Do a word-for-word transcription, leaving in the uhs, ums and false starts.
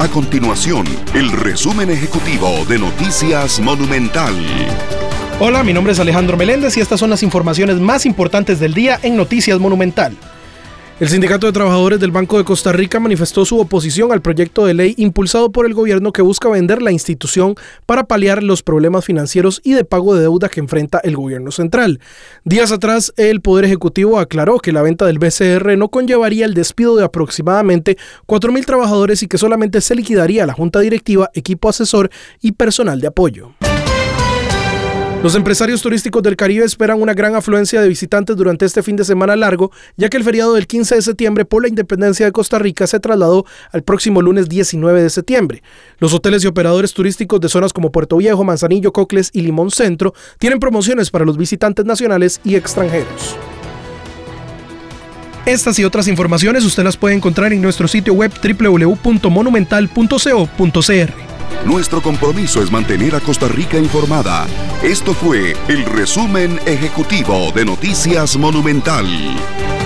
A continuación, el resumen ejecutivo de Noticias Monumental. Hola, mi nombre es Alejandro Meléndez y estas son las informaciones más importantes del día en Noticias Monumental. El Sindicato de Trabajadores del Banco de Costa Rica manifestó su oposición al proyecto de ley impulsado por el gobierno que busca vender la institución para paliar los problemas financieros y de pago de deuda que enfrenta el gobierno central. Días atrás, el Poder Ejecutivo aclaró que la venta del B C R no conllevaría el despido de aproximadamente cuatro mil trabajadores y que solamente se liquidaría la junta directiva, equipo asesor y personal de apoyo. Los empresarios turísticos del Caribe esperan una gran afluencia de visitantes durante este fin de semana largo, ya que el feriado del quince de septiembre por la independencia de Costa Rica se trasladó al próximo lunes diecinueve de septiembre. Los hoteles y operadores turísticos de zonas como Puerto Viejo, Manzanillo, Cocles y Limón Centro tienen promociones para los visitantes nacionales y extranjeros. Estas y otras informaciones usted las puede encontrar en nuestro sitio web doble u doble u doble u punto monumental punto co punto c r. Nuestro compromiso es mantener a Costa Rica informada. Esto fue el resumen ejecutivo de Noticias Monumental.